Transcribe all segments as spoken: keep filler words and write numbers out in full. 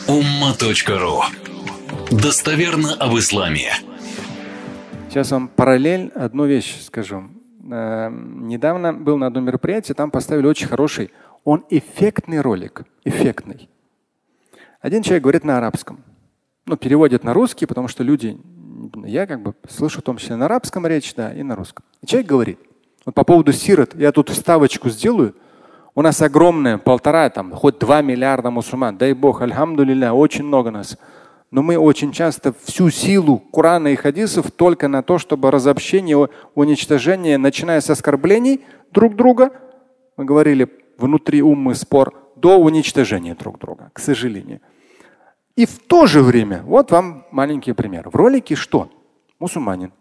Умма.ру. Достоверно об исламе. Сейчас вам параллель одну вещь скажу. Э, недавно был на одном мероприятии, там поставили очень хороший, он эффектный ролик, эффектный. Один человек говорит на арабском, ну переводит на русский, потому что люди, я как бы слышу в том числе на арабском речь, да, и на русском. И человек говорит, вот по поводу сирот, я тут вставочку сделаю. У нас огромное, полтора, там, хоть два миллиарда мусульман. Дай Бог, альхамдулилля, очень много нас. Но мы очень часто всю силу Корана и хадисов только на то, чтобы разобщение, уничтожение, начиная с оскорблений друг друга, мы говорили, внутри уммы спор, до уничтожения друг друга, к сожалению. И в то же время, вот вам маленький пример. В ролике что? Мусульманин.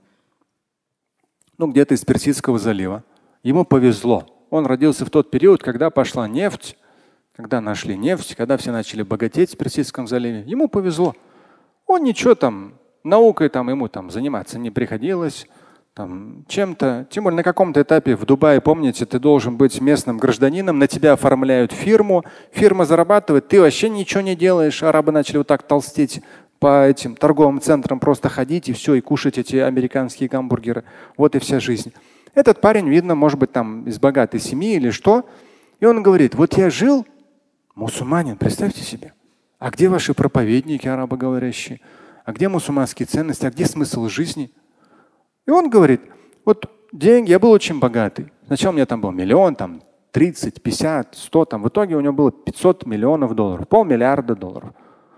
Ну, где-то из Персидского залива. Ему повезло. Он родился в тот период, когда пошла нефть, когда нашли нефть, когда все начали богатеть в Персидском заливе. Ему повезло. Он ничего там, наукой там ему там заниматься не приходилось, там чем-то. Тем более на каком-то этапе в Дубае, помните, ты должен быть местным гражданином, на тебя оформляют фирму, фирма зарабатывает, ты вообще ничего не делаешь. Арабы начали вот так толстеть по этим торговым центрам, просто ходить и все, и кушать эти американские гамбургеры. Вот и вся жизнь. Этот парень, видно, может быть, там из богатой семьи или что. И он говорит, вот я жил, мусульманин, представьте себе. А где ваши проповедники арабоговорящие? А где мусульманские ценности? А где смысл жизни? И он говорит, вот деньги, я был очень богатый. Сначала у меня там был миллион, там тридцать, пятьдесят, сто, там в итоге у него было пятьсот миллионов долларов, полмиллиарда долларов.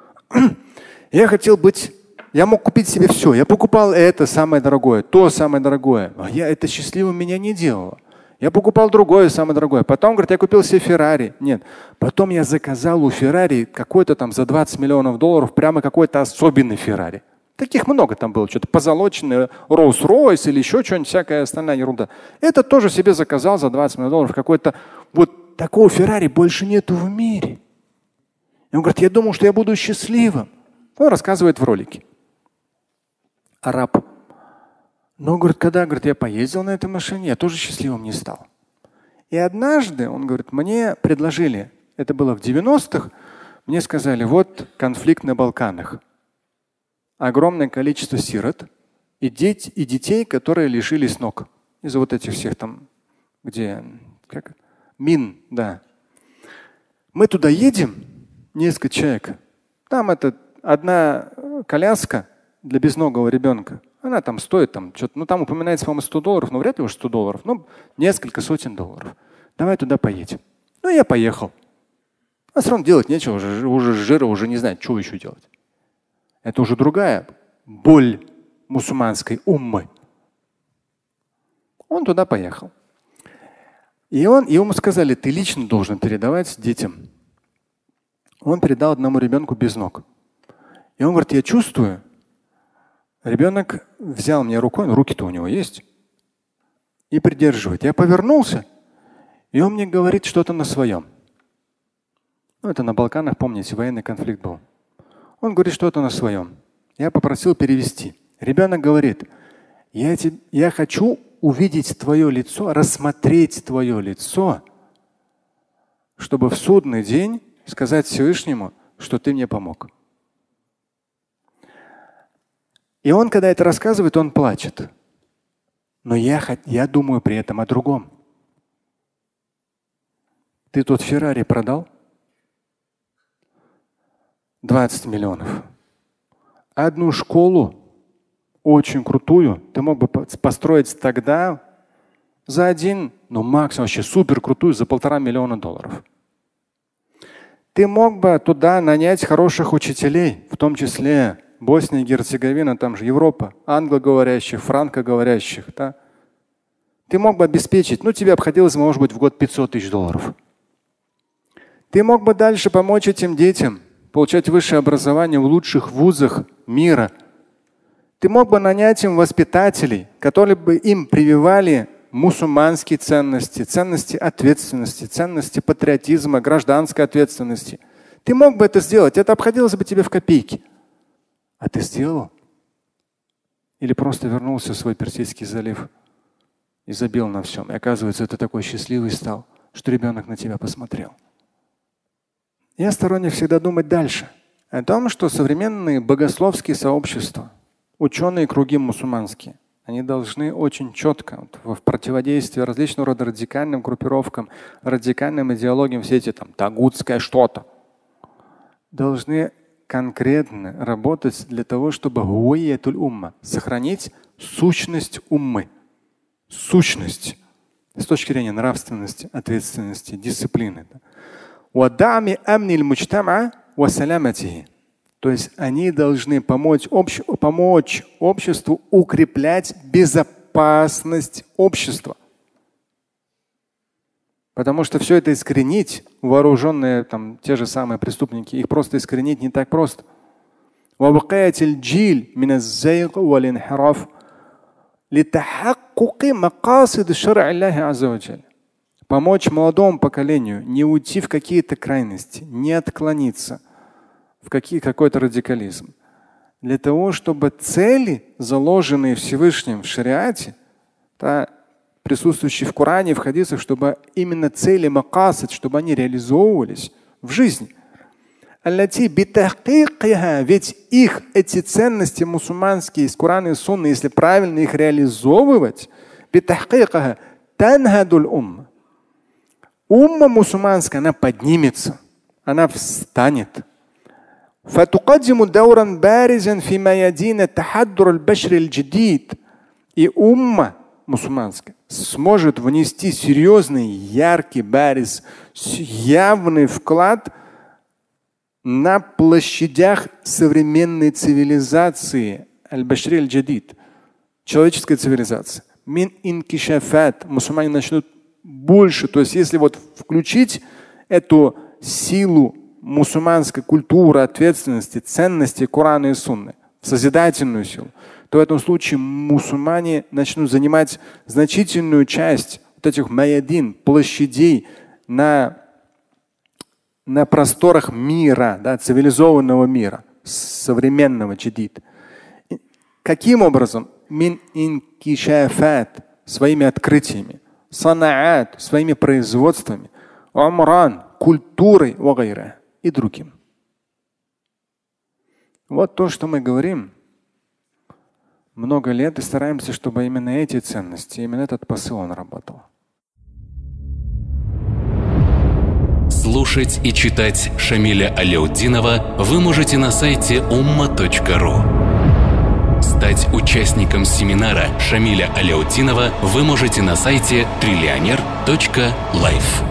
Я хотел быть, я мог купить себе все. Я покупал это самое дорогое, то самое дорогое. А я это счастливым меня не делало. Я покупал другое самое дорогое. Потом, говорит, я купил себе Феррари. Нет. Потом я заказал у Феррари какой-то там за двадцать миллионов долларов прямо какой-то особенный Феррари. Таких много там было. Что-то позолоченное, Rolls-Royce или еще что-нибудь, всякая остальная ерунда. Это тоже себе заказал за двадцать миллионов долларов. Какой-то вот такого Феррари больше нету в мире. И он говорит, я думал, что я буду счастливым. Он рассказывает в ролике. Араб. Но, говорит, когда говорит, я поездил на этой машине, я тоже счастливым не стал. И однажды, он говорит, мне предложили, это было в девяностых, мне сказали, вот конфликт на Балканах. Огромное количество сирот и, деть, и детей, которые лишились ног. Из-за вот этих всех там, где, как, мин, да. Мы туда едем, несколько человек. Там это одна коляска для безногого ребенка. Она там стоит, там, что-то, ну там упоминается, по-моему, сто долларов, но вряд ли уж сто долларов, ну несколько сотен долларов. Давай туда поедем. Ну я поехал. А все равно делать нечего, уже, уже с жира, уже не знаю, что еще делать. Это уже другая боль мусульманской уммы. Он туда поехал. И, он, и ему сказали, ты лично должен передавать детям. Он передал одному ребенку без ног. И он говорит, я чувствую, ребенок взял мне рукой, ну, руки-то у него есть, и придерживает. Я повернулся, и он мне говорит что-то на своем. Ну, это на Балканах, помните, военный конфликт был. Он говорит что-то на своем. Я попросил перевести. Ребенок говорит, я, тебе, я хочу увидеть твое лицо, рассмотреть твое лицо, чтобы в судный день сказать Всевышнему, что ты мне помог. И он, когда это рассказывает, он плачет. Но я, я думаю при этом о другом. Ты тот Феррари продал? двадцать миллионов. Одну школу, очень крутую, ты мог бы построить тогда за один, ну максимум вообще супер крутую, за полтора миллиона долларов. Ты мог бы туда нанять хороших учителей, в том числе Босния и Герцеговина, там же Европа, англоговорящих, франкоговорящих. Да? Ты мог бы обеспечить, ну тебе обходилось, может быть, в год пятьсот тысяч долларов. Ты мог бы дальше помочь этим детям получать высшее образование в лучших вузах мира. Ты мог бы нанять им воспитателей, которые бы им прививали мусульманские ценности, ценности ответственности, ценности патриотизма, гражданской ответственности. Ты мог бы это сделать, это обходилось бы тебе в копейки. А ты сделал? Или просто вернулся в свой Персидский залив и забил на всем? И оказывается, ты такой счастливый стал, что ребенок на тебя посмотрел. Я сторонник всегда думать дальше. О том, что современные богословские сообщества, ученые круги мусульманские, они должны очень четко вот, в противодействии различного рода радикальным группировкам, радикальным идеологиям, все эти там тагутское что-то, должны конкретно работать для того, чтобы гуиятуль умма, сохранить сущность уммы, сущность с точки зрения нравственности, ответственности, дисциплины. То есть они должны помочь, общ, помочь обществу укреплять безопасность общества. Потому что все это искоренить, вооруженные там, те же самые преступники, их просто искоренить не так просто. Помочь молодому поколению не уйти в какие-то крайности, не отклониться в какие, какой-то радикализм. Для того, чтобы цели, заложенные Всевышним в шариате, да, присутствующие в Коране, в хадисах, чтобы именно цели макасид, чтобы они реализовывались в жизни. Ведь их, эти ценности мусульманские из Корана и Сунны, если правильно их реализовывать, умма мусульманская, она поднимется, она встанет. И умма мусульманская сможет внести серьезный, яркий бариз, явный вклад на площадях современной цивилизации, аль-башри аль-джадид, человеческой цивилизации. Мин инкишафат, мусульмане начнут больше, то есть если вот включить эту силу мусульманской культуры, ответственности, ценности Корана и Сунны в созидательную силу, то в этом случае мусульмане начнут занимать значительную часть вот этих маядин, площадей на, на просторах мира, да, цивилизованного мира, современного джадид. Каким образом? Мин инкишафат, своими открытиями, санаат, своими производствами, умран, культурой вагайра и другим. Вот то, что мы говорим много лет и стараемся, чтобы именно эти ценности, именно этот посыл он работал. Слушать и читать Шамиля Аляутдинова вы можете на сайте умма точка ру. Стать участником семинара Шамиля Аляутдинова вы можете на сайте триллионер точка лайф.